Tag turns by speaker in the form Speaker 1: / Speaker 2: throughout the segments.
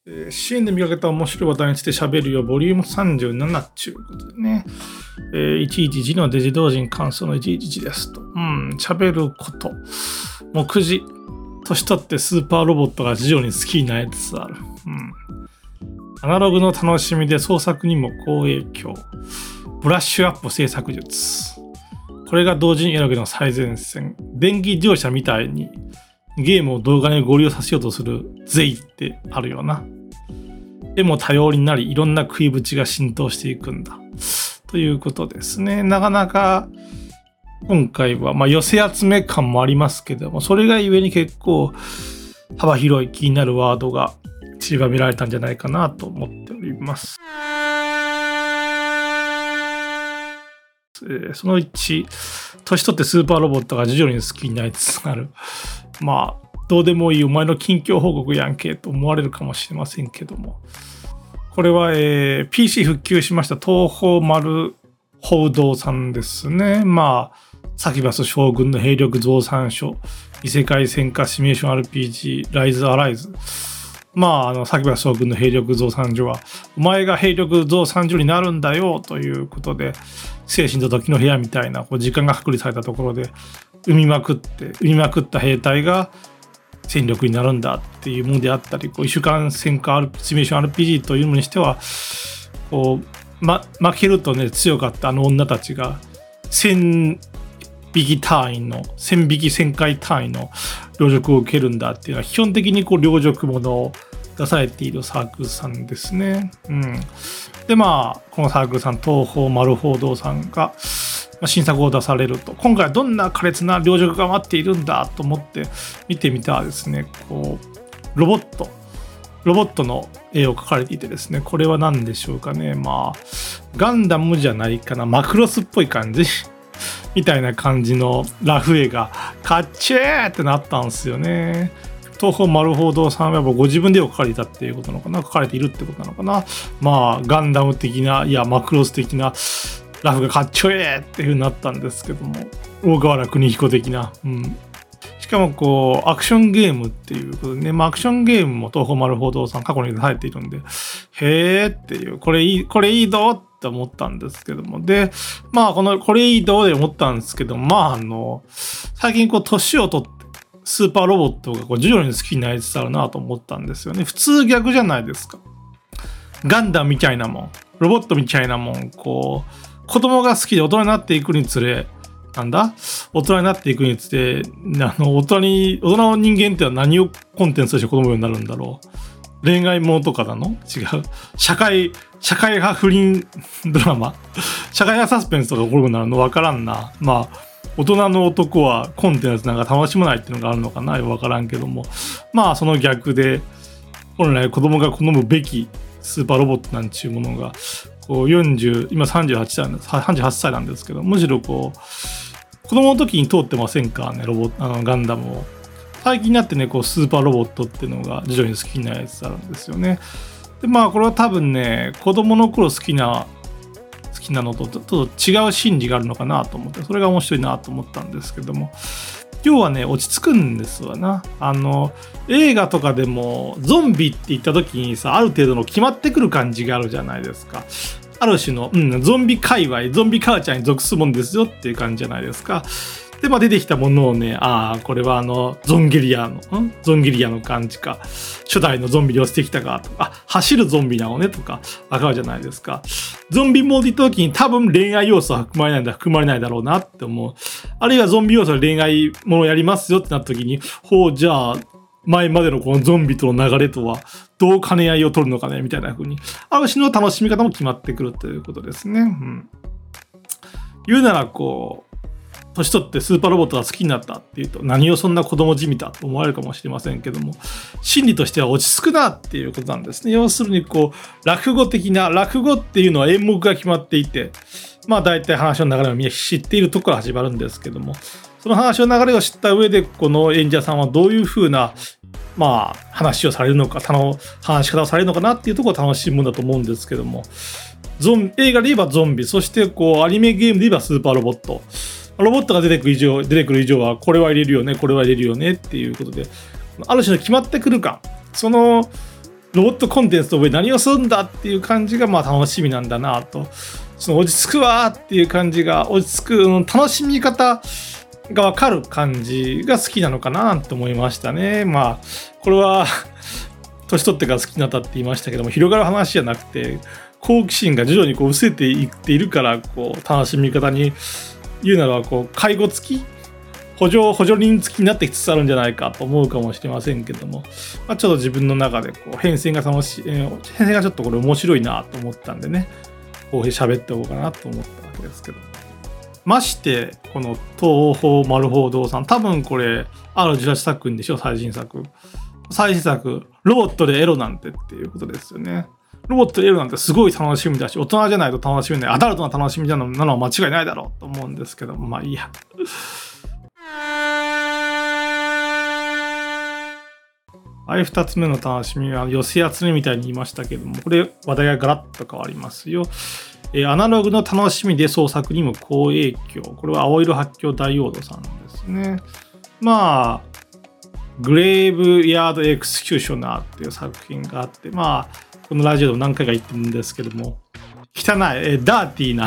Speaker 1: 支援で見かけた面白い話題について喋るよ、ボリューム37ということでね。111のデジ同人感想の111ですと。喋ること。目次。年取ってスーパーロボットが徐々に好きになりつつある。アナログの楽しみで創作にも好影響。ブラッシュアップ制作術。これが同人選びの最前線。電気自動車みたいにゲームを動画に合流させようとする税ってあるよな。絵も多様になり、いろんな食いぶちが浸透していくんだ。ということですね。なかなか今回は寄せ集め感もありますけども、それがゆえに結構幅広い気になるワードが散りばめられたんじゃないかなと思っております。その1、年取ってスーパーロボットが徐々に好きになりつつある。どうでもいいお前の近況報告やんけと思われるかもしれませんけども。これは、PC 復旧しました東方丸報道さんですね。サキバス将軍の兵力増産書、異世界戦火シミュレーション RPG、ライズアライズ。サキバス将軍の兵力増産所は、お前が兵力増産所になるんだよということで、精神と時の部屋みたいな時間が隔離されたところで、生みまくった兵隊が戦力になるんだっていうものであったり、異種間戦火シミュレーション RPG というのにしては、負けるとね、強かったあの女たちが、1000匹旋回単位の領辱を受けるんだっていうのは、基本的に領辱ものを出されているサークルさんですね。で、このサークルさん、東方丸報道さんが、新作を出されると、今回はどんな苛烈な領辱が待っているんだと思って見てみたらですね、ロボットの絵を描かれていてですね、これは何でしょうかね。ガンダムじゃないかな、マクロスっぽい感じみたいな感じのラフ絵がカッチェーってなったんですよね。東方丸報道さんはご自分で絵を描かれたっていうことなのかな、描かれているってことなのかな。ガンダム的な、マクロス的なラフがかっちょええっていう風になったんですけども、大河原邦彦的な、しかもアクションゲームっていうことでね、アクションゲームも東方丸報道さん過去に出されているんで、へーっていう、これいいぞって思ったんですけども、で、これいいぞで思ったんですけど、最近年を取ってスーパーロボットが徐々に好きになりつつあるなと思ったんですよね。普通逆じゃないですか。ガンダムみたいなもん、ロボットみたいなもん、子供が好きで大人になっていくにつれ、大人になっていくにつれ、大人の人間ってのは何をコンテンツとして子供になるんだろう。恋愛ものとかなの？違う。社会派不倫ドラマ社会派サスペンスとか起こるようになるの分からんな。大人の男はコンテンツなんか楽しまないっていうのがあるのかな、分からんけども。その逆で、本来子供が好むべきスーパーロボットなんちゅうものが、今38歳なんですけど、むしろ子供の時に通ってませんかね、ガンダムを。最近になってね、スーパーロボットっていうのが徐々に好きになるやつあるんですよね。で、これは多分ね、子供の頃好きなのとちょっと違う心理があるのかなと思って、それが面白いなと思ったんですけども、要はね、落ち着くんですわな。映画とかでもゾンビって言った時にさ、ある程度の決まってくる感じがあるじゃないですか。ある種の、ゾンビ界隈、ゾンビカルチャーに属すもんですよっていう感じじゃないですか。で、出てきたものをね、これはゾンゲリアの感じか、初代のゾンビに寄せてきたかとか、走るゾンビなのねとか、わかるじゃないですか。ゾンビモード行った時に多分恋愛要素は含まれないだろうなって思う。あるいはゾンビ要素で恋愛ものをやりますよってなった時に、じゃあ、前までのこのゾンビとの流れとはどう兼ね合いを取るのかねみたいな風に、ある種の楽しみ方も決まってくるということですね。言うなら年取ってスーパーロボットが好きになったっていうと、何をそんな子供じみたと思われるかもしれませんけども、心理としては落ち着くなっていうことなんですね。要するに落語っていうのは演目が決まっていて、大体話の流れをみんな知っているところから始まるんですけども、その話の流れを知った上でこの演者さんはどういう風な話をされるのか、話し方をされるのかなっていうところを楽しむんだと思うんですけども、映画で言えばゾンビ、そしてアニメゲームで言えばスーパーロボット。ロボットが出てくる以上はこれは入れるよねっていうことで、ある種の決まってくる感、そのロボットコンテンツの上何をするんだっていう感じがまあ楽しみなんだなと、その落ち着くわっていう感じが、落ち着く、楽しみ方が分かる感じが好きなのかなと思いましたね。まあこれは年取ってから好きになったって言いましたけども、広がる話じゃなくて好奇心が徐々にこう薄れていっているから、こう楽しみ方に言うならこう介護付き補助輪付きになってきつつあるんじゃないかと思うかもしれませんけども、まあ、ちょっと自分の中でこう変遷が楽しい、変遷がちょっとこれ面白いなと思ったんでね、こう喋っておこうかなと思ったわけですけど、ましてこの東宝丸宝堂さん、多分これ R18 作品でしょ、最新作ロボットでエロなんてっていうことですよね。ロボットでエロなんてすごい楽しみだし、大人じゃないと楽しみない、アダルトな楽しみなのは間違いないだろうと思うんですけど、まあいいや。2つ目の楽しみは寄せ集めみたいに言いましたけども、これ話題がガラッと変わりますよ。アナログの楽しみで創作にも好影響。これは青色発狂ダイオードさんですね。まあグレーブヤードエクスキューショナーっていう作品があって、まあこのラジオでも何回か言ってるんですけども、汚い、ダーティーな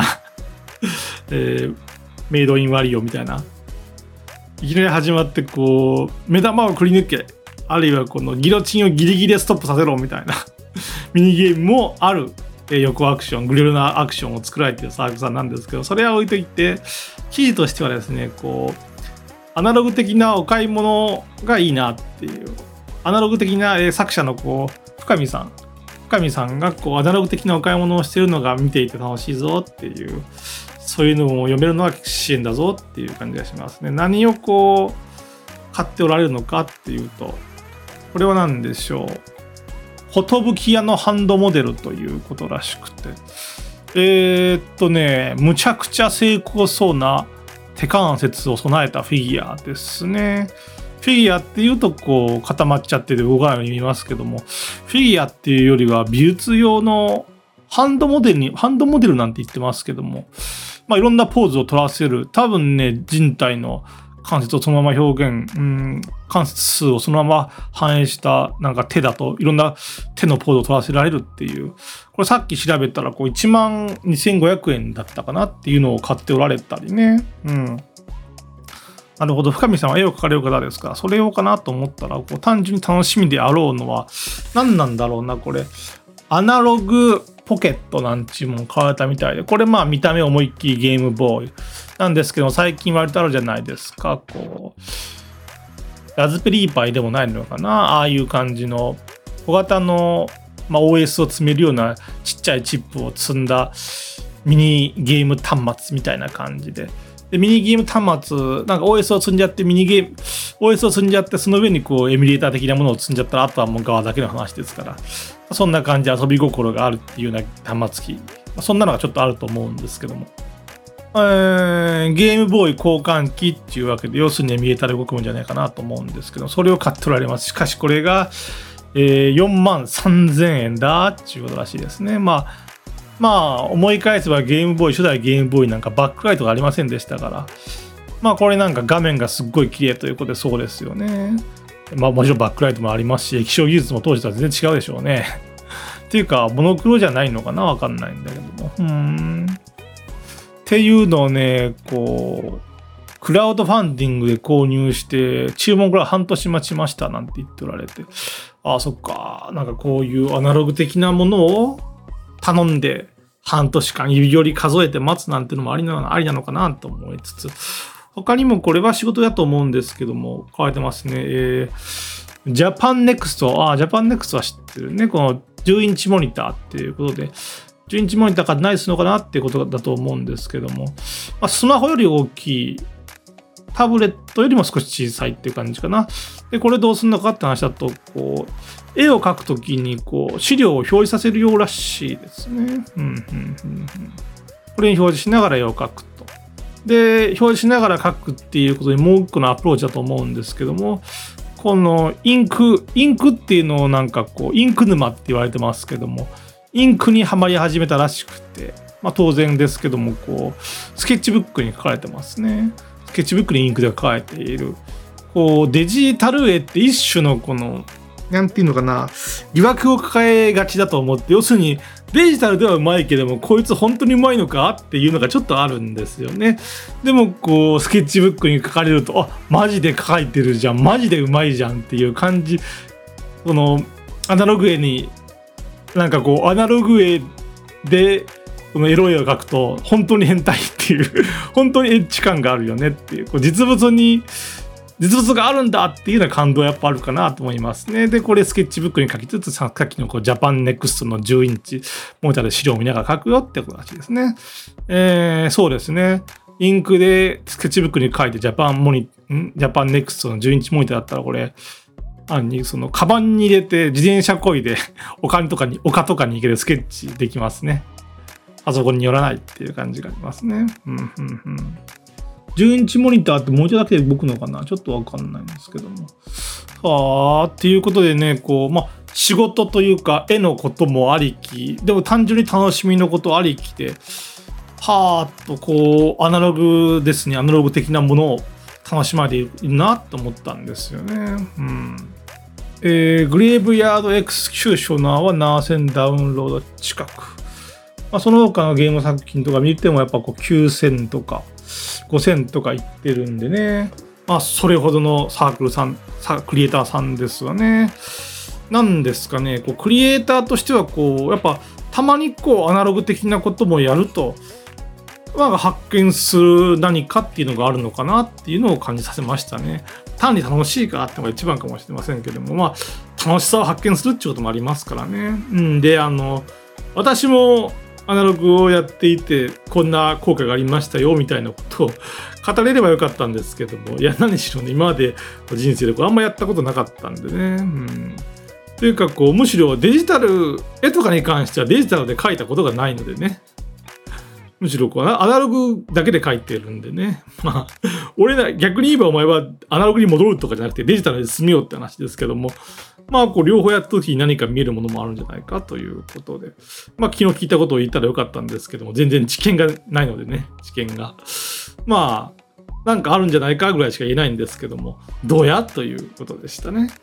Speaker 1: メイドインワリオみたいな、いきなり始まってこう目玉をくり抜け、あるいはこのギロチンをギリギリでストップさせろみたいなミニゲームもある横アクション、グリルなアクションを作られているサークルさんなんですけど、それは置いといて、記事としてはですね、こうアナログ的なお買い物がいいなっていう、アナログ的な作者のこう深見さんがこうアナログ的なお買い物をしているのが見ていて楽しいぞっていう、そういうのを読めるのは支援だぞっていう感じがしますね。何をこう買っておられるのかっていうと、これは何でしょう、寿屋のハンドモデルということらしくて、むちゃくちゃ精巧そうな手関節を備えたフィギュアですね。フィギュアっていうとこう固まっちゃってて動かないように見えますけども、フィギュアっていうよりは美術用のハンドモデルなんて言ってますけども、まあいろんなポーズを取らせる、多分ね人体の関節をそのまま表現、関節数をそのまま反映したなんか手だといろんな手のポーズを取らせられるっていう、これさっき調べたらこう12,500円だったかなっていうのを買っておられたりね。なるほど、深見さんは絵を描かれる方ですから、それをかなと思ったら、こう単純に楽しみであろうのは何なんだろうな、これアナログポケットなんちゅうもん買われたみたいで、これまあ見た目思いっきりゲームボーイなんですけど、最近割とあるじゃないですか、こうラズベリーパイでもないのかな、ああいう感じの小型の、OS を積めるようなちっちゃいチップを積んだミニゲーム端末みたいな感じで、ミニゲーム端末なんか OS を積んじゃって、OS を積んじゃって、その上にこうエミュレーター的なものを積んじゃったら、あとはもう側だけの話ですから、そんな感じで遊び心があるっていうような端末機、そんなのがちょっとあると思うんですけども、ゲームボーイ交換機っていうわけで、要するにエミュレーターで動くもんじゃないかなと思うんですけど、それを買っておられます。しかしこれが、43,000円だっていうことらしいですね。まあ思い返せばゲームボーイ、初代ゲームボーイなんかバックライトがありませんでしたから、これなんか画面がすっごい綺麗ということでそうですよね。もちろんバックライトもありますし、液晶技術も当時とは全然違うでしょうね。っていうかモノクロじゃないのかな、わかんないんだけども。っていうのをね、こうクラウドファンディングで購入して注文から半年待ちましたなんて言っておられて、ああそっか、なんかこういうアナログ的なものを頼んで半年間指折り数えて待つなんてのもありなのかなと思いつつ、他にもこれは仕事だと思うんですけども書いてますね。ジャパンネクスト、ジャパンネクストは知ってるね。この10インチモニターっていうことで、10インチモニターが何するのかなっていうことだと思うんですけども、スマホより大きい、タブレットよりも少し小さいっていう感じかな。で、これどうするのかって話だと、こう絵を描くときにこう資料を表示させるようらしいですね。これに表示しながら絵を描くと。で、表示しながら描くっていうことにもう一個のアプローチだと思うんですけども、このインクっていうのをなんかこうインク沼って言われてますけども、インクにはまり始めたらしくて、当然ですけども、こうスケッチブックに書かれてますね。スケッチブックにインクで書かれている、こうデジタル絵って一種のこのなんていうのかな、疑惑を抱えがちだと思って、要するにデジタルではうまいけども、こいつ本当にうまいのかっていうのがちょっとあるんですよね。でもこうスケッチブックに書かれると、あ、マジで書いてるじゃん、マジでうまいじゃんっていう感じ。このアナログ絵になんかこうアナログ絵でこのエロ絵を描くと本当に変態っていう本当にエッジ感があるよねっていう、こう実物があるんだっていうような感動はやっぱあるかなと思いますね。で、これスケッチブックに書きつつ、さっきのこうジャパンネクストの10インチモニターで資料を見ながら書くよってことらしいですね。そうですね。インクでスケッチブックに書いてジャパンネクストの10インチモニターだったらこれ、そのカバンに入れて自転車こいで丘とかに行けるスケッチできますね。パソコンによらないっていう感じがありますね。10インチモニターってもうちょいだけで動くのかな、ちょっとわかんないんですけども。っていうことでね、こう、仕事というか絵のこともありき、でも単純に楽しみのことありきで、こう、アナログですね、アナログ的なものを楽しまれているなと思ったんですよね。グレーブヤードエクスキューショナーは7000ダウンロード近く。その他のゲーム作品とか見てもやっぱこう9000とか5000とかいってるんでね。それほどのクリエイターさんですわね。なんですかね、こうクリエイターとしてはこうやっぱたまにこうアナログ的なこともやると、発見する何かっていうのがあるのかなっていうのを感じさせましたね。単に楽しいかっていうのが一番かもしれませんけども、楽しさを発見するっていうこともありますからね。で、私もアナログをやっていてこんな効果がありましたよみたいなことを語れればよかったんですけども、いや何しろね、今までの人生であんまやったことなかったんでね。というかこうむしろデジタル絵とかに関してはデジタルで描いたことがないのでね。むしろこうアナログだけで描いてるんでね。俺ら逆に言えばお前はアナログに戻るとかじゃなくてデジタルで進めようって話ですけども、こう両方やった時に何か見えるものもあるんじゃないかということで、昨日聞いたことを言ったらよかったんですけども、全然知見がないのでね、知見がなんかあるんじゃないかぐらいしか言えないんですけども、どうやということでしたね。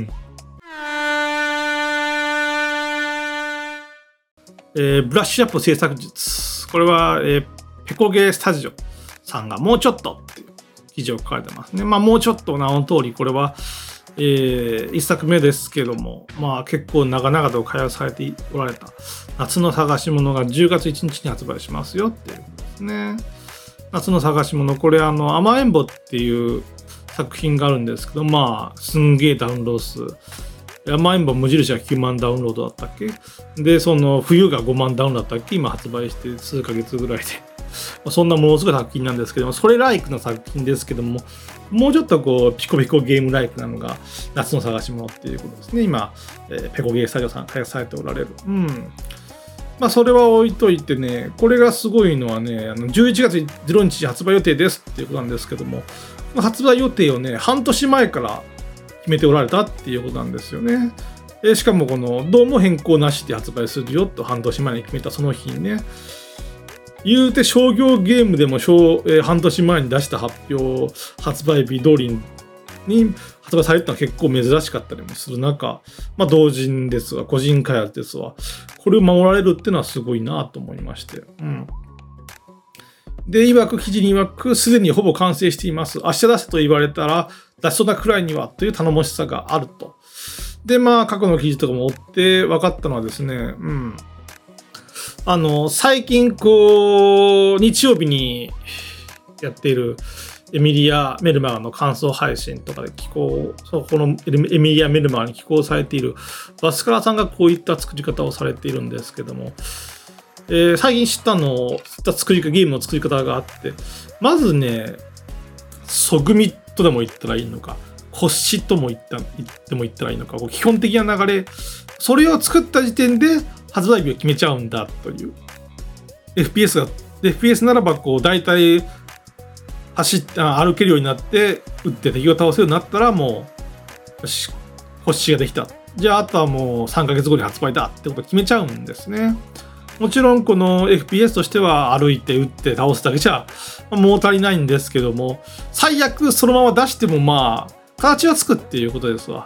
Speaker 1: ブラッシュアップ制作術、これは、ペコゲースタジオさんがもうちょっとっていう記事を書かれてますね。もうちょっと名の通りこれは1作目ですけども、結構長々と開発されておられた夏の探し物が10月1日に発売しますよっていうことですね。夏の探し物、これ甘えんぼっていう作品があるんですけど、すんげえダウンロード数、甘えんぼ無印が9万ダウンロードだったっけで、その冬が5万ダウンロードだったっけ、今発売して数ヶ月ぐらいでそんなものすごい作品なんですけども、それライクの作品ですけども、もうちょっとこうピコピコゲームライクなのが夏の探し物っていうことですね。今、ペコゲースタジオさん開発されておられる。それは置いといてね、これがすごいのはね、11月0日発売予定ですっていうことなんですけども、発売予定をね、半年前から決めておられたっていうことなんですよね。しかもこのどうも変更なしで発売するよと半年前に決めたその日にね、言うて商業ゲームでも半年前に出した発売日通りに発売されたのは結構珍しかったりもする中、同人ですわ、個人開発ですわ、これを守られるっていうのはすごいなと思いまして。で、記事に曰く、すでにほぼ完成しています。明日出せと言われたら、出しそうなくらいにはという頼もしさがあると。で、過去の記事とかも追って分かったのはですね、最近こう、日曜日にやっているエミリア・メルマガの感想配信とかでこのエミリア・メルマガに寄稿されているバスカラさんがこういった作り方をされているんですけども、最近知ったゲームの作り方があって、まずね、ソグミとでも言ったらいいのか、コッシとも言ったらいいのか、基本的な流れ、それを作った時点で発売日を決めちゃうんだという。FPS ならばこう大体歩けるようになって撃って敵を倒せるようになったらもうよし、コッシができた。じゃああとはもう3ヶ月後に発売だってことを決めちゃうんですね。もちろんこの FPS としては歩いて撃って倒すだけじゃもう足りないんですけども、最悪そのまま出しても形はつくっていうことですわ。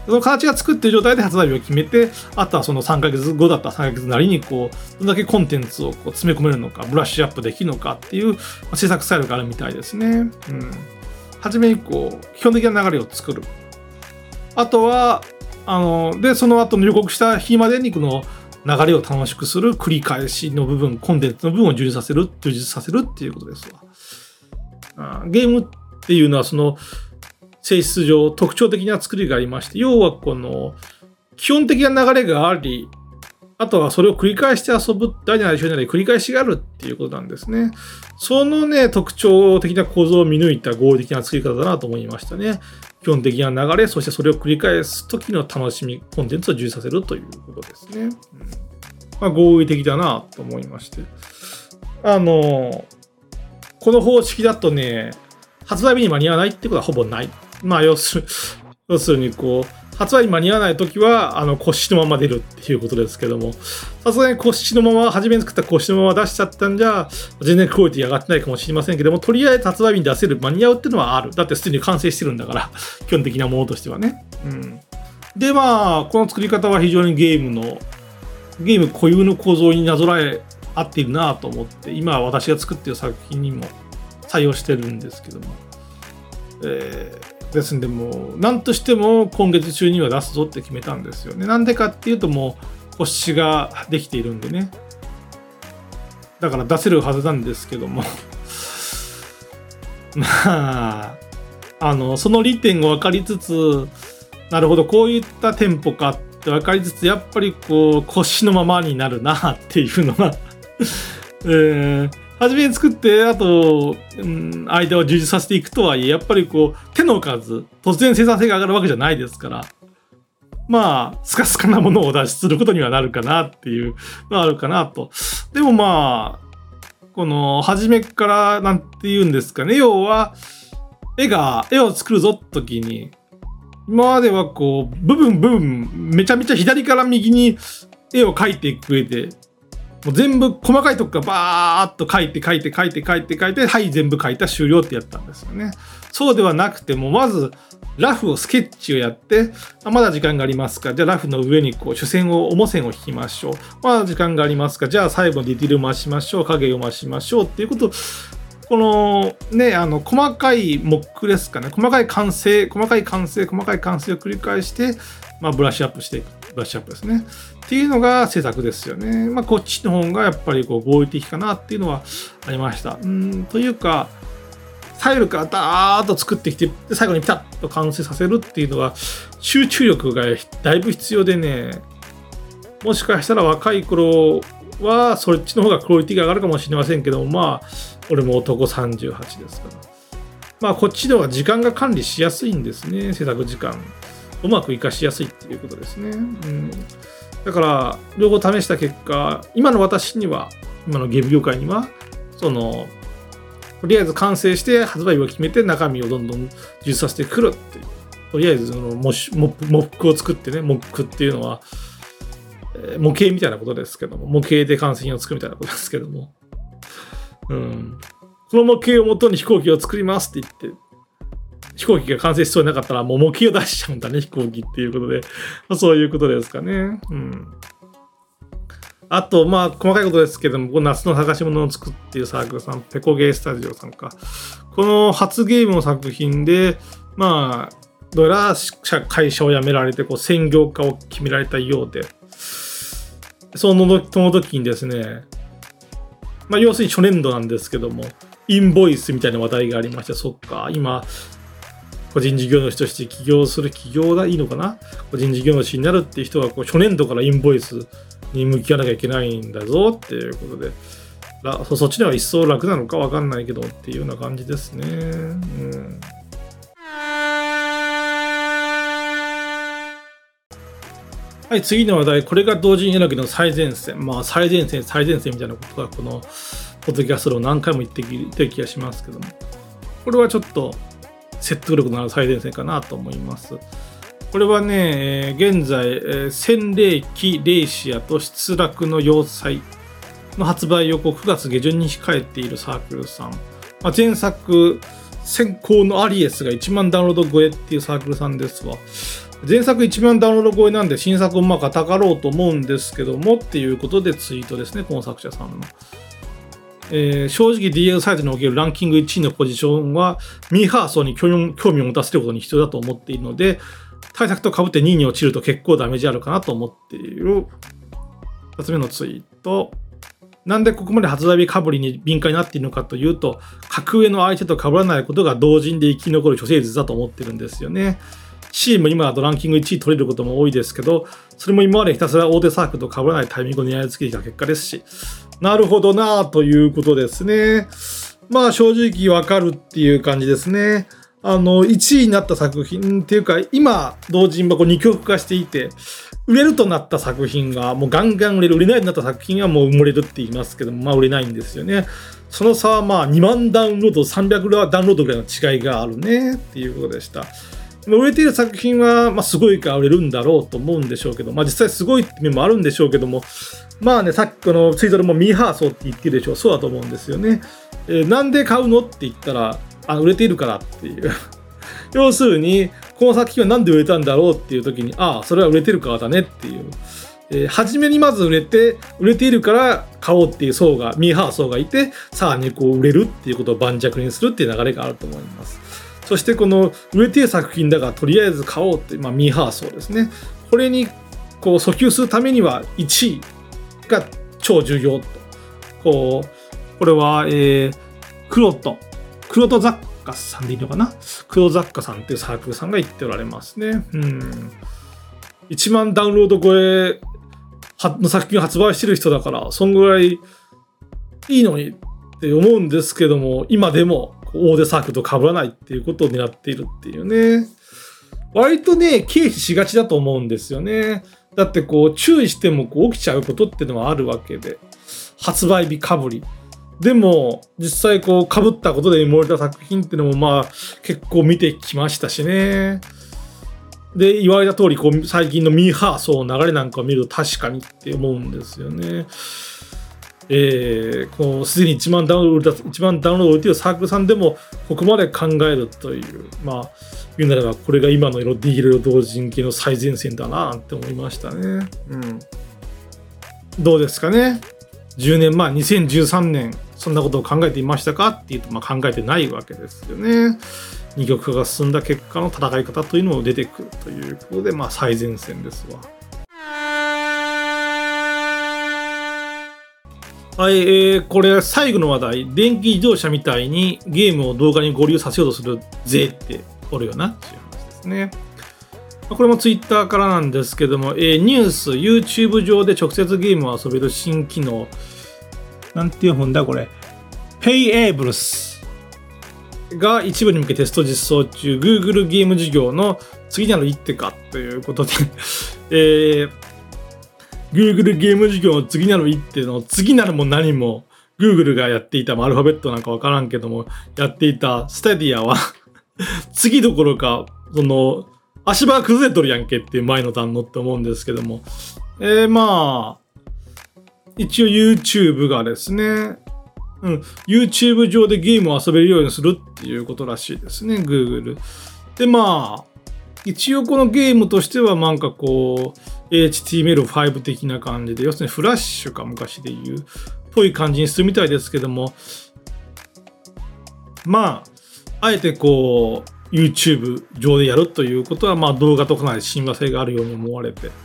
Speaker 1: その形が作っている状態で発売日を決めて、あとはその3ヶ月後だったら3ヶ月なりにどんだけコンテンツを詰め込めるのか、ブラッシュアップできるのかっていう制作スタイルがあるみたいですね。初めに基本的な流れを作る。あとは、で、その後の予告した日までにこの流れを楽しくする繰り返しの部分、コンテンツの部分を充実させるっていうことですわ。ゲームっていうのはその性質上特徴的な作りがありまして、要はこの基本的な流れがあり、あとはそれを繰り返して遊ぶ、第7章なり繰り返しがあるっていうことなんですね。そのね、特徴的な構造を見抜いた合理的な作り方だなと思いましたね。基本的な流れ、そしてそれを繰り返す時の楽しみ、コンテンツを充実させるということですね。合理的だなと思いまして。この方式だとね、発売日に間に合わないってことはほぼない。要するに発売に間に合わないときは、骨子のまま出るっていうことですけども、さすがに骨子のまま、初めに作った骨子のまま出しちゃったんじゃ、全然クオリティ上がってないかもしれませんけども、とりあえず発売日に出せる、間に合うっていうのはある。だってすでに完成してるんだから、基本的なものとしてはね。で、この作り方は非常にゲーム固有の構造になぞらえ合っているなと思って、今私が作っている作品にも採用してるんですけども。ですんで、もう何としても今月中には出すぞって決めたんですよね。なんでかっていうと、もう星ができているんでね。だから出せるはずなんですけどもその利点が分かりつつ、なるほどこういったテンポかって分かりつつ、やっぱり腰のままになるなっていうのが初めに作って、あと、間を充実させていくとはいえ、やっぱり手の数、突然生産性が上がるわけじゃないですから、スカスカなものを脱出することにはなるかなっていうのはあるかなと。でもこの、初めからなんて言うんですかね、要は、絵を作るぞって時に、今までは部分、めちゃめちゃ左から右に絵を描いていく上で、もう全部細かいとこからバーッと書いて、はい、全部書いた終了ってやったんですよね。そうではなくても、まずラフをスケッチをやって、まだ時間がありますか、じゃあラフの上に主線を重線を引きましょう。まだ時間がありますか、じゃあ最後ディティールを増しましょう、影を増しましょうっていうことを、このね、細かいモックですかね、細かい完成を繰り返して、ブラッシュアップしていく。ブラッシュアップですね。っていうのが制作ですよね。こっちの方がやっぱり合理的かなっていうのはありました。というか、細部からダーッと作ってきて、最後にピタッと完成させるっていうのは、集中力がだいぶ必要でね、もしかしたら若い頃はそっちの方がクオリティが上がるかもしれませんけども、俺も男38ですから。こっちでは時間が管理しやすいんですね、制作時間。うまく活かしやすいっていうことですね。だから、両方試した結果、今の私には、今のゲーム業界には、とりあえず完成して発売日を決めて中身をどんどん充実させてくるっていう。とりあえずモックを作ってね、モックっていうのは、模型みたいなことですけども、模型で完成品を作るみたいなことですけども。この模型をもとに飛行機を作りますって言って、飛行機が完成しそうになかったらもう模型を出しちゃうんだね、飛行機っていうことで。そういうことですかね。あと、細かいことですけども、夏の探し物を作っているサークルさん、ペコゲースタジオさんか。この初ゲームの作品で、どうやら会社を辞められて、専業化を決められたようで、その時にですね、要するに初年度なんですけども、インボイスみたいな話題がありまして、そっか、今、個人事業主として起業がいいのかな、個人事業主になるっていう人は初年度からインボイスに向き合わなきゃいけないんだぞっていうことで、そっちでは一層楽なのか分かんないけどっていうような感じですね。はい、次の話題、これが同人選びの最前線。最前線みたいなことはこのポッドキャストを何回も言ってきてる気がしますけども、これはちょっと説得力のある最前線かなと思います。これはね、現在、洗礼期レイシアと失落の要塞の発売を9月下旬に控えているサークルさん。前作、先行のアリエスが1万ダウンロード超えっていうサークルさんですわ。 前作1万ダウンロード超えなんで新作もたかろうと思うんですけどもっていうことでツイートですね、この作者さんの。正直 DL サイトにおけるランキング1位のポジションはミーハー層に興味を持たせることに必要だと思っているので、対策と被って2位に落ちると結構ダメージあるかなと思っている。2つ目のツイート。なんでここまで発売日かぶりに敏感になっているのかというと、格上の相手と被らないことが同人で生き残る処世術だと思ってるんですよね。チーム今だとランキング1位取れることも多いですけど、それも今までひたすら大手サークルと被らないタイミングを狙いつけてきた結果ですし、なるほどなぁということですね。まあ正直わかるっていう感じですね。1位になった作品っていうか、今同人箱2極化していて、売れるとなった作品がもうガンガン売れる、売れないとなった作品はもう埋もれるって言いますけども、まあ売れないんですよね。その差はまあ2万ダウンロード、300ダウンロードぐらいの違いがあるねっていうことでした。売れている作品は、まあ、すごいから売れるんだろうと思うんでしょうけど、まあ、実際すごいって面もあるんでしょうけども、まあね、さっきのツイートでもミーハー層って言ってるでしょう。そうだと思うんですよね。なんで買うのって言ったら、売れているからっていう。要するに、この作品はなんで売れたんだろうっていう時に、それは売れてるからだねっていう。初めにまず売れているから買おうっていう層が、ミーハー層がいて、さらにこう売れるっていうことを盤石にするっていう流れがあると思います。そしてこの売れている作品だからとりあえず買おうって、まあ、ミーハー層ですね。これにこう訴求するためには1位が超重要と。これは、黒戸雑貨さんでいいのかな、黒雑貨さんっていうサークルさんが言っておられますね。1万ダウンロード超えの作品を発売してる人だから、そんぐらいいいのにって思うんですけども、今でも大手サークルと被らないっていうことを狙っているっていうね。割とね、軽視しがちだと思うんですよね。だってこう、注意しても起きちゃうことっていうのはあるわけで。発売日かぶり。でも、実際こう、被ったことで埋もれた作品っていうのもまあ、結構見てきましたしね。で、言われた通り、こう、最近のミーハー層の流れなんかを見ると確かにって思うんですよね。こうすでに1万ダウンロードを売っているサークルさんでもここまで考えるという、まあ言うならばこれが今のDL同人系の最前線だなって思いましたね。どうですかね。10年前2013年そんなことを考えていましたかっていうと、まあ、考えてないわけですよね。二極化が進んだ結果の戦い方というのも出てくるということで、まあ最前線ですわ。はい、これ最後の話題。電気自動車みたいにゲームを動画に合流させようとするぜっておるよなっていう話ですね。これもツイッターからなんですけども、ニュース、YouTube 上で直接ゲームを遊べる新機能。なんていう本だこれ。Payables が一部に向けテスト実装中、Google ゲーム事業の次なる一手かということで、Google ゲーム事業の次なる一手の次なるも何も Google がやっていた、アルファベットなんかわからんけどもやっていたスタディアは次どころかその足場が崩れとるやんけっていう前の段のって思うんですけども、まあ一応 YouTube がですね、YouTube 上でゲームを遊べるようにするっていうことらしいですね、Google。で、まあ一応このゲームとしてはなんかこうHTML5 的な感じで、要するにフラッシュか昔で言うっぽい感じにするみたいですけども、まああえてこう YouTube 上でやるということは、まあ動画とかなり親和性があるように思われて、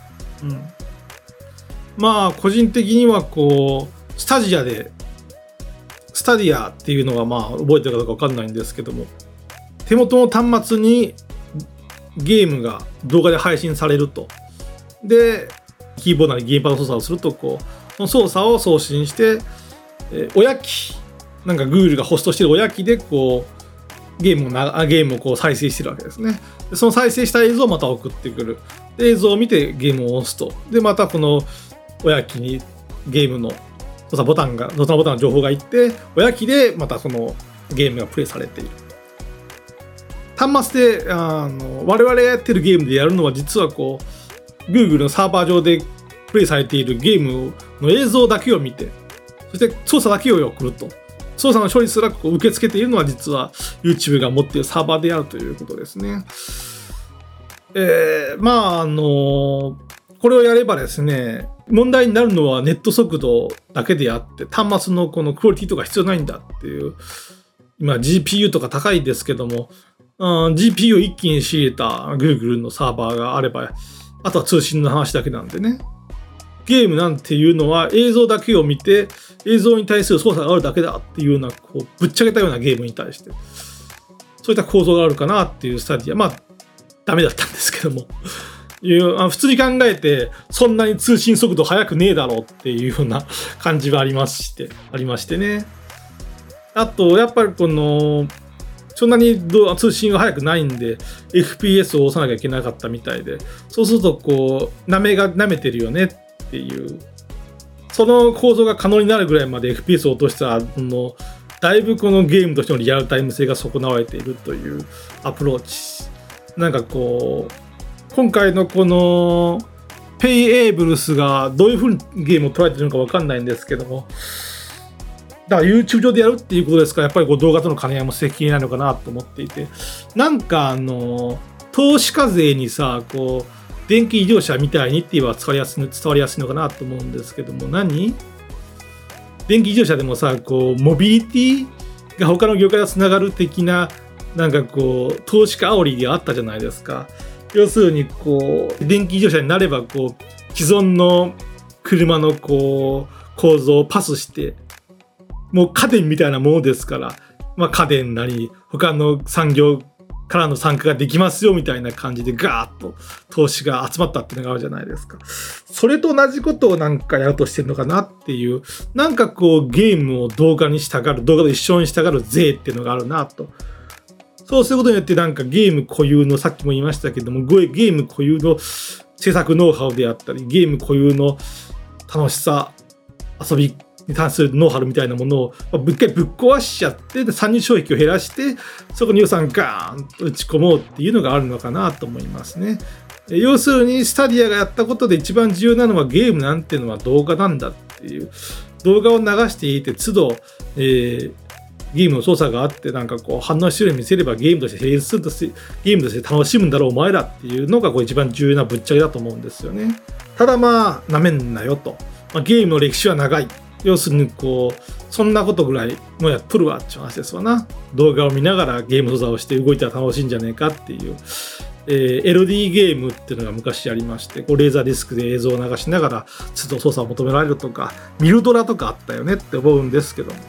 Speaker 1: まあ個人的にはこうスタディアっていうのがまあ覚えてるかどうかわかんないんですけども、手元の端末にゲームが動画で配信されると。で、キーボードなりゲームパッド操作をすると、こう、その操作を送信して、親機、なんか Google がホストしてる親機で、こう、ゲームをこう再生してるわけですね。でその再生した映像をまた送ってくる。で映像を見てゲームを押すと。で、またこの親機にゲームの操作ボタンの情報がいって、親機でまたそのゲームがプレイされている。端末で我々がやってるゲームでやるのは実はこう Google のサーバー上でプレイされているゲームの映像だけを見て、そして操作だけを送ると。操作の処理すらこう受け付けているのは実は YouTube が持っているサーバーであるということですね。 まあこれをやればですね、問題になるのはネット速度だけであって、端末のこのクオリティとか必要ないんだっていう。今 GPU とか高いですけども、GPU を一気に仕入れた Google のサーバーがあれば、あとは通信の話だけなんでね。ゲームなんていうのは映像だけを見て、映像に対する操作があるだけだっていうような、こうぶっちゃけたようなゲームに対して、そういった構造があるかなっていうスタディア。まあ、ダメだったんですけども。普通に考えて、そんなに通信速度速くねえだろうっていうような感じはありましてね。あと、やっぱりそんなに通信が速くないんで、FPS を押さなきゃいけなかったみたいで、そうすると、舐めてるよねっていう、その構造が可能になるぐらいまで FPS を落としただいぶこのゲームとしてのリアルタイム性が損なわれているというアプローチ。なんか今回のこのペイエイブルスがどういう風にゲームを捉えてるのか分かんないんですけども、だから YouTube 上でやるっていうことですから、やっぱり動画との兼ね合いも責任なのかなと思っていて、なんか投資課税にさ、電気自動車みたいにって言えば伝わりやすいのかなと思うんですけども、電気自動車でもさ、モビリティが他の業界とつながる的な、なんか投資家煽りがあったじゃないですか。要するに電気自動車になれば既存の車の構造をパスして、もう家電みたいなものですから、まあ家電なり他の産業からの参加ができますよみたいな感じでガーッと投資が集まったっていうのがあるじゃないですか。それと同じことをなんかやろうとしてるのかなっていう、なんかゲームを動画と一緒にしたがる税っていうのがあるなと。そうすることによってなんかゲーム固有の、さっきも言いましたけども、ゲーム固有の制作ノウハウであったり、ゲーム固有の楽しさ、遊びに関するノウハウみたいなものを一回ぶっ壊しちゃって、参入障壁を減らして、そこに予算ガーンと打ち込もうっていうのがあるのかなと思いますね。要するにスタディアがやったことで一番重要なのはゲームなんていうのは動画なんだっていう、動画を流していて都度、ゲームの操作があってなんか反応してるように見せればゲームとして成立するとしてゲームとして楽しむんだろうお前らっていうのが一番重要なぶっちゃけだと思うんですよね。ただまあなめんなよと、ゲームの歴史は長い、要するにそんなことぐらいもうやっとるわっていう話ですわな。動画を見ながらゲーム操作をして動いたら楽しいんじゃねえかっていう、LD ゲームっていうのが昔ありまして、レーザーディスクで映像を流しながら都度操作を求められるとか、ミルドラとかあったよねって思うんですけども、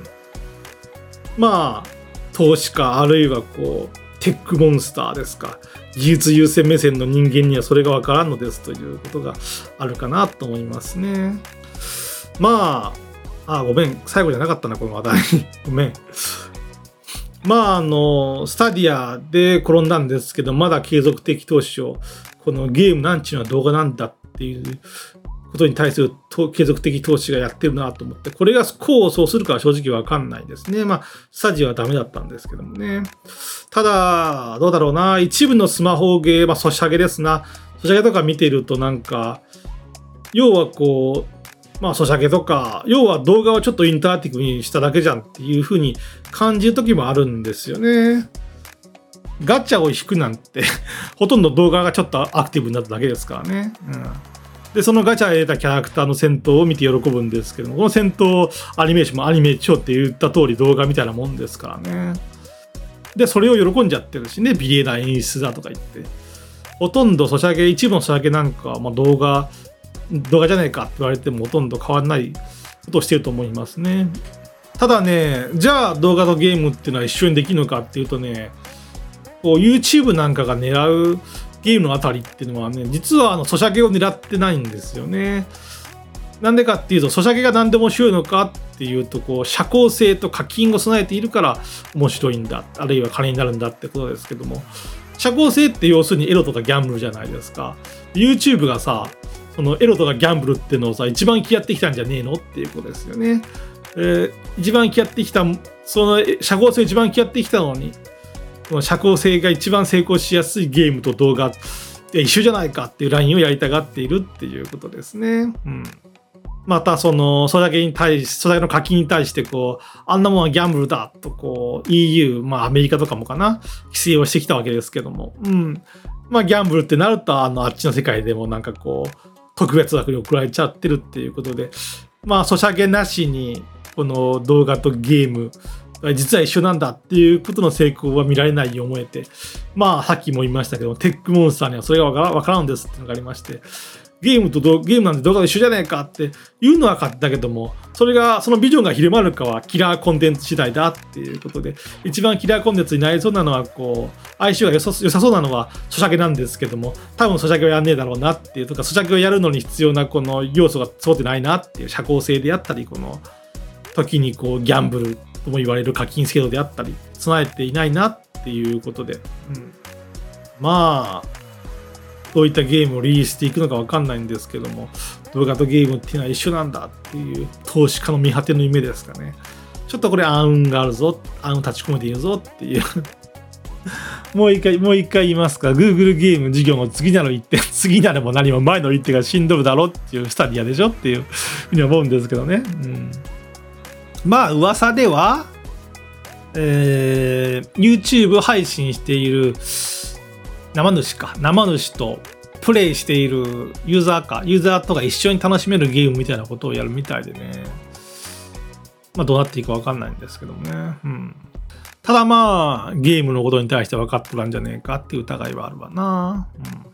Speaker 1: まあ投資家あるいはテックモンスターですか、技術優先目線の人間にはそれが分からんのですということがあるかなと思いますね。まあごめん、最後じゃなかったなこの話題ごめん。まあスタディアで転んだんですけど、まだ継続的投資を、このゲームなんちゅうのは動画なんだっていうことに対する継続的投資がやってるなと思って、これが功を奏するかは正直わかんないですね。スタジオはダメだったんですけどもね。ただ、どうだろうな、一部のスマホゲー、ソシャゲですな。ソシャゲとか見てるとなんか、要はソシャゲとか、要は動画をちょっとインタラクティブにしただけじゃんっていう風に感じる時もあるんですよね。ガチャを引くなんてほとんど動画がちょっとアクティブになっただけですからね。でそのガチャで得たキャラクターの戦闘を見て喜ぶんですけども、この戦闘アニメーションもアニメーションって言った通り動画みたいなもんですからね。でそれを喜んじゃってるしね、美麗な演出だとか言って、ほとんどソシャゲ、一部のソシャゲなんかは動画じゃないかって言われてもほとんど変わらないことをしてると思いますね。ただね、じゃあ動画とゲームっていうのは一緒にできるのかっていうとね、YouTube なんかが狙うゲームのあたりっていうのはね、実はソシャゲを狙ってないんですよね。なんでかっていうと、ソシャゲが何でも面白いのかっていうと、社交性と課金を備えているから面白いんだ、あるいは金になるんだってことですけども、社交性って要するにエロとかギャンブルじゃないですか。YouTube がさ、そのエロとかギャンブルっていうのをさ、一番嫌ってきたんじゃねえのっていうことですよね。一番嫌ってきた、その社交性を一番嫌ってきたのに、社交性が一番成功しやすいゲームと動画一緒じゃないかっていうラインをやりたがっているっていうことですね。またソシャゲの課金に対してあんなものはギャンブルだとEU、アメリカとかもかな、規制をしてきたわけですけども、 まあギャンブルってなるとあっちの世界でもなんかこう特別枠に送られちゃってるっていうことで、まあソシャゲなしにこの動画とゲーム実は一緒なんだっていうことの成功は見られないように思えて、まあさっきも言いましたけどテックモンスターにはそれがわからんですっていうのがありまして、ゲームなんて動画と一緒じゃねえかっていうのは分かったけども、そのビジョンが広まるかはキラーコンテンツ次第だっていうことで、一番キラーコンテンツになりそうなのはこう相性が良さそうなのはソシャゲなんですけども、多分ソシャゲはやんねえだろうなっていうとか、ソシャゲをやるのに必要なこの要素が揃ってないなっていう、社交性であったり、この時にこうギャンブルとも言われる課金制度であったり備えていないなっていうことで、まあどういったゲームをリリースしていくのか分かんないんですけども、動画とゲームっていうのは一緒なんだっていう投資家の見果ての夢ですかね。ちょっとこれ暗雲があるぞ、暗雲立ち込めているぞっていうもう一回言いますか、 Google ゲーム事業の次なる一手、次なるも何も前の一手がしんどるだろっていうスタディアでしょっていうふうに思うんですけどね。まあ噂では、YouTube 配信している生主とプレイしているユーザーとか一緒に楽しめるゲームみたいなことをやるみたいでね、まあどうなっていくか分かんないんですけどもね。ただまあゲームのことに対して分かっとらんじゃねえかっていう疑いはあるわな。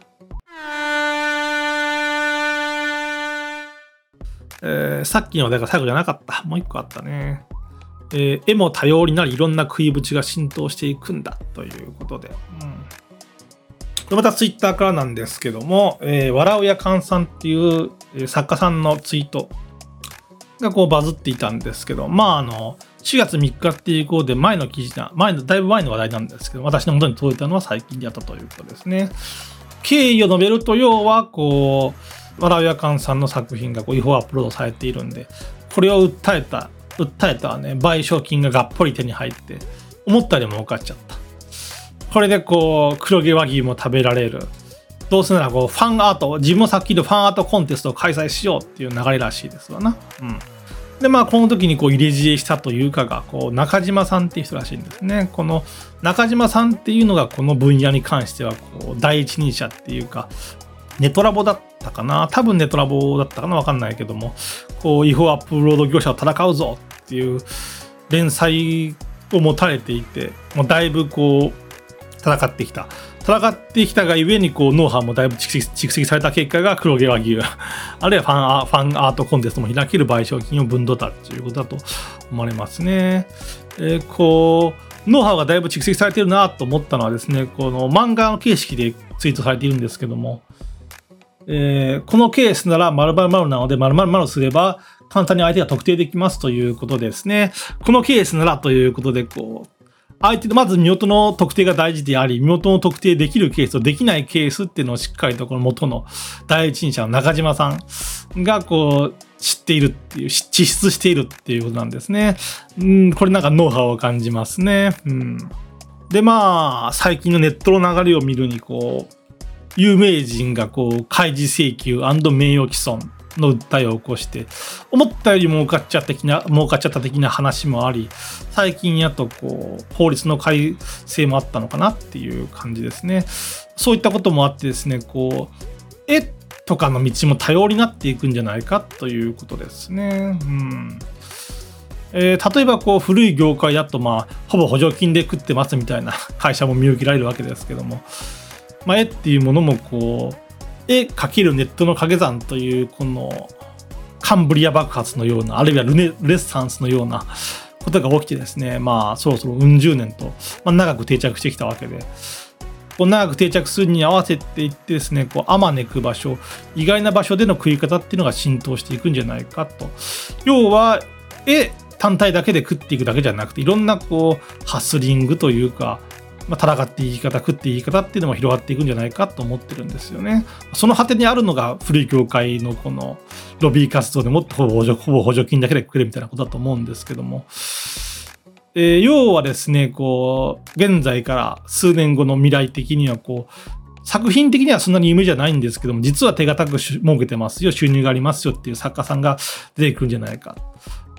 Speaker 1: さっきの話題が最後じゃなかった。もう一個あったね。絵も多様になりいろんな食いぶちが浸透していくんだということで。これまたツイッターからなんですけども、笑うやかんさんっていう作家さんのツイートがこうバズっていたんですけど、まあ4月3日っていうことでだいぶ前の話題なんですけど、私の元に届いたのは最近であったということですね。経緯を述べると、要はこう笑うやかんさんの作品がこう違法アップロードされているんで、これを訴えたね、賠償金ががっぽり手に入って思ったよりも儲かっちゃった。これでこう黒毛和牛も食べられる。どうせならこうファンアート、自分もさっきのファンアートコンテストを開催しようっていう流れらしいですわな。でまあこの時にこう入れ知恵したというかがこう中島さんっていう人らしいんですね。この中島さんっていうのがこの分野に関してはこう第一人者っていうか、ネトラボだったかな、多分ネトラボだったかな、分かんないけども、こう違法アップロード業者と戦うぞっていう連載を持たれていて、もうだいぶこう戦ってきたがゆえにこうノウハウもだいぶ蓄積された結果が黒毛和牛あるいはファンアートコンテストも開ける賠償金をぶんどったということだと思われますね。こうノウハウがだいぶ蓄積されているなと思ったのはですね、この漫画の形式でツイートされているんですけども、このケースなら〇〇〇なので〇〇〇すれば簡単に相手が特定できますということですね。このケースならということで、こう相手のまず身元の特定が大事であり、身元の特定できるケースとできないケースっていうのをしっかりとこの元の第一人者の中島さんがこう知っているっていう、地質しているっていうことなんですね。これなんかノウハウを感じますね。でまあ最近のネットの流れを見るに、こう有名人がこう開示請求&名誉毀損の訴えを起こして思ったより儲かっちゃった的な話もあり、最近やとこう法律の改正もあったのかなっていう感じですね。そういったこともあってですね、こう絵とかの道も多様になっていくんじゃないかということですね。例えばこう古い業界だとほぼ補助金で食ってますみたいな会社も見受けられるわけですけども、絵っていうものもこう絵×ネットの掛け算というこのカンブリア爆発のような、あるいはルネッサンスのようなことが起きてですね、そろそろ十年と、長く定着してきたわけで、こう長く定着するに合わせていってですね、こうあまねく場所、意外な場所での食い方っていうのが浸透していくんじゃないかと。要は絵単体だけで食っていくだけじゃなくて、いろんなこうハスリングというか、戦っていい方、食っていい方っていうのも広がっていくんじゃないかと思ってるんですよね。その果てにあるのが古い業界のこのロビー活動でもっとほぼ補助金だけで食えるみたいなことだと思うんですけども、要はですね、こう現在から数年後の未来的にはこう作品的にはそんなに夢じゃないんですけども、実は手堅く儲けてますよ、収入がありますよっていう作家さんが出てくるんじゃないか。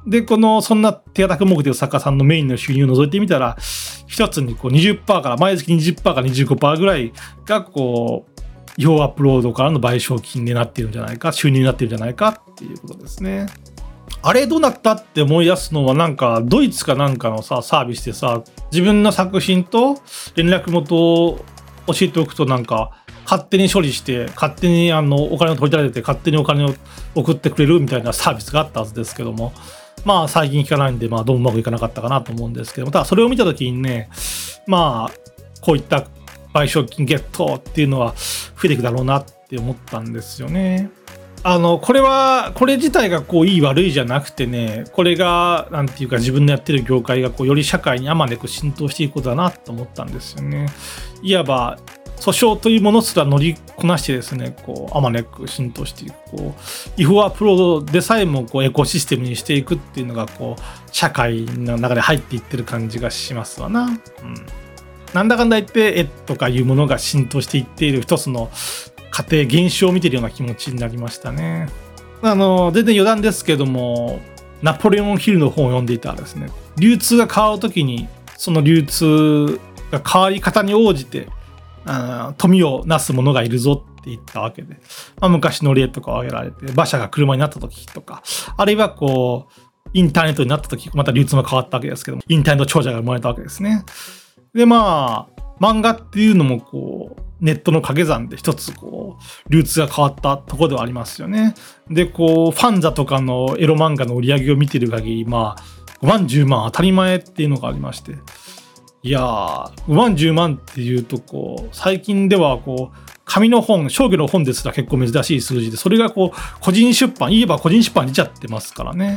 Speaker 1: で、そんな手堅く儲けてる作家さんのメインの収入を除いてみたら、一つに20%から、毎月20%から25%ぐらいが、違法アップロードからの賠償金になっているんじゃないか、収入になっているんじゃないかっていうことですね。あれどうなったって思い出すのは、なんか、ドイツかなんかのさ、サービスでさ、自分の作品と連絡元を教えておくと、なんか、勝手に処理して、勝手にお金を取り立てて、勝手にお金を送ってくれるみたいなサービスがあったはずですけども、まあ最近聞かないんで、まあどうもうまくいかなかったかなと思うんですけども、ただそれを見たときにね、まあ、こういった賠償金ゲットっていうのは増えていくだろうなって思ったんですよね。これ自体がいい悪いじゃなくてね、これが、なんていうか自分のやってる業界がより社会にあまねく浸透していくことだなと思ったんですよね。いわば、訴訟というものすら乗りこなしてですね、あまねく浸透していく、違法アップロードでさえもエコシステムにしていくっていうのが、社会の中で入っていってる感じがしますわな。なんだかんだ言って、絵とかいうものが浸透していっている一つの過程、現象を見ているような気持ちになりましたね。全然余談ですけども、ナポレオンヒルの本を読んでいたらですね、流通が変わるときに、その流通が変わり方に応じて、富をなす者がいるぞって言ったわけで、昔の例とかを挙げられて、馬車が車になった時とか、あるいはインターネットになった時、また流通も変わったわけですけども、インターネット長者が生まれたわけですね。で、漫画っていうのもネットの掛け算で一つ流通が変わったところではありますよね。で、ファンザとかのエロ漫画の売り上げを見てる限り、5万10万当たり前っていうのがありまして、いやー、5万10万っていうと最近では紙の本、商業の本ですら結構珍しい数字で、それが個人出版、言えば個人出版に出ちゃってますからね。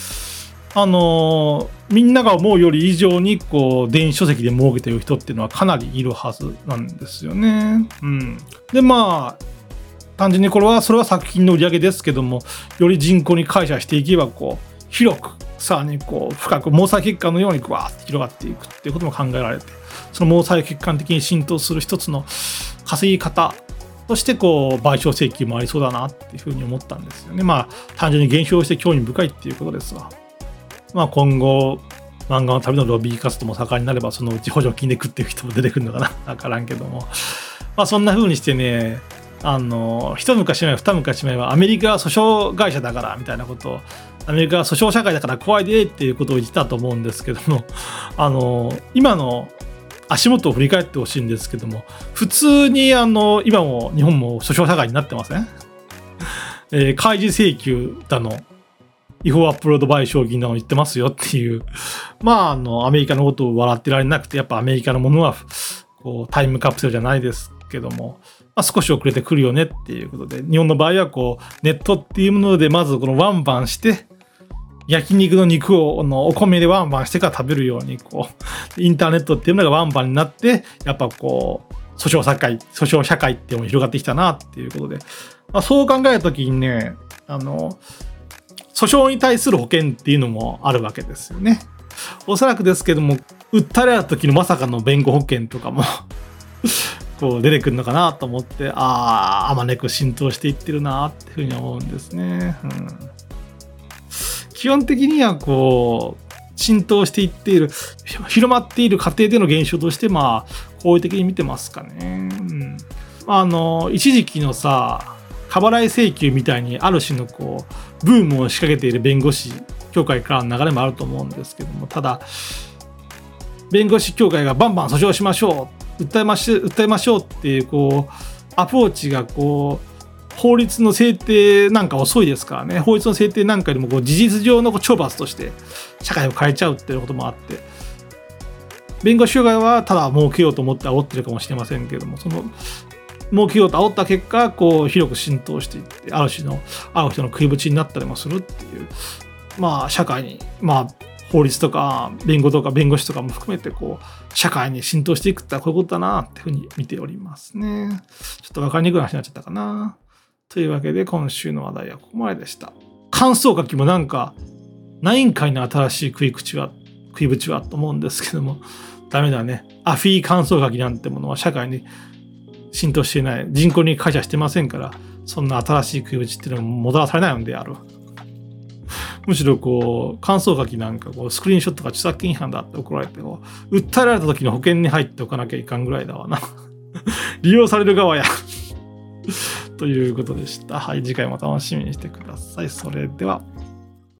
Speaker 1: みんなが思うより以上に電子書籍で儲けてる人っていうのはかなりいるはずなんですよね。で、単純にそれは作品の売り上げですけども、より人口に解釈していけば広く、さらに深く毛細血管のようにわーって広がっていくっていうことも考えられて、その毛細血管的に浸透する一つの稼ぎ方として賠償請求もありそうだなっていうふうに思ったんですよね。単純に減少して興味深いっていうことですが、今後漫画の旅のロビー活動も盛んになれば、そのうち補助金で食っていく人も出てくるのかな、分からんけども、そんな風にしてね、一昔前二昔前はアメリカは訴訟会社だからみたいなことを、アメリカは訴訟社会だから怖いでっていうことを言ってたと思うんですけども、今の足元を振り返ってほしいんですけども、普通に今も日本も訴訟社会になってません？開示請求だの違法アップロード賠償金だの言ってますよっていう、アメリカのことを笑ってられなくて、やっぱアメリカのものはタイムカプセルじゃないですけども、少し遅れてくるよねっていうことで、日本の場合はネットっていうものでまずワンバンして、焼肉の肉をお米でワンバンしてから食べるようにインターネットっていうのがワンバンになって、やっぱ訴訟社会っていうのも広がってきたなっていうことで、そう考えるときにね、訴訟に対する保険っていうのもあるわけですよね。おそらくですけども、訴えられた時のまさかの弁護保険とかも出てくるのかなと思って、あまねく浸透していってるなっていうふうに思うんですね。基本的には浸透していっている、広まっている過程での現象として好意的に見てますかね。一時期の過払い請求みたいにある種のブームを仕掛けている弁護士協会からの流れもあると思うんですけども、ただ弁護士協会がバンバン訴訟しましょう、訴えましょうっていうアプローチが法律の制定なんか遅いですからね。法律の制定なんかよりも事実上の懲罰として社会を変えちゃうっていうこともあって、弁護士協会はただ儲けようと思って煽ってるかもしれませんけども、その儲けようと煽った結果広く浸透していって、ある種の会う人の食いぶちになったりもするっていう、社会に法律とか弁護とか弁護士とかも含めて社会に浸透していくってこういうことだなっていうふうに見ておりますね。ちょっと分かりにくい話になっちゃったかな。というわけで今週の話題はここまででした。感想書きもなんかないんかいの新しい食いぶちはと思うんですけども、ダメだね。アフィー感想書きなんてものは社会に浸透していない、人口に感謝してませんから、そんな新しい食いぶちっていうのももたらされないのである。 むしろこう感想書きなんかこうスクリーンショットが著作権違反だって怒られてこう訴えられた時の保険に入っておかなきゃいかんぐらいだわな利用される側やということでした。はい、次回も楽しみにしてください。それでは。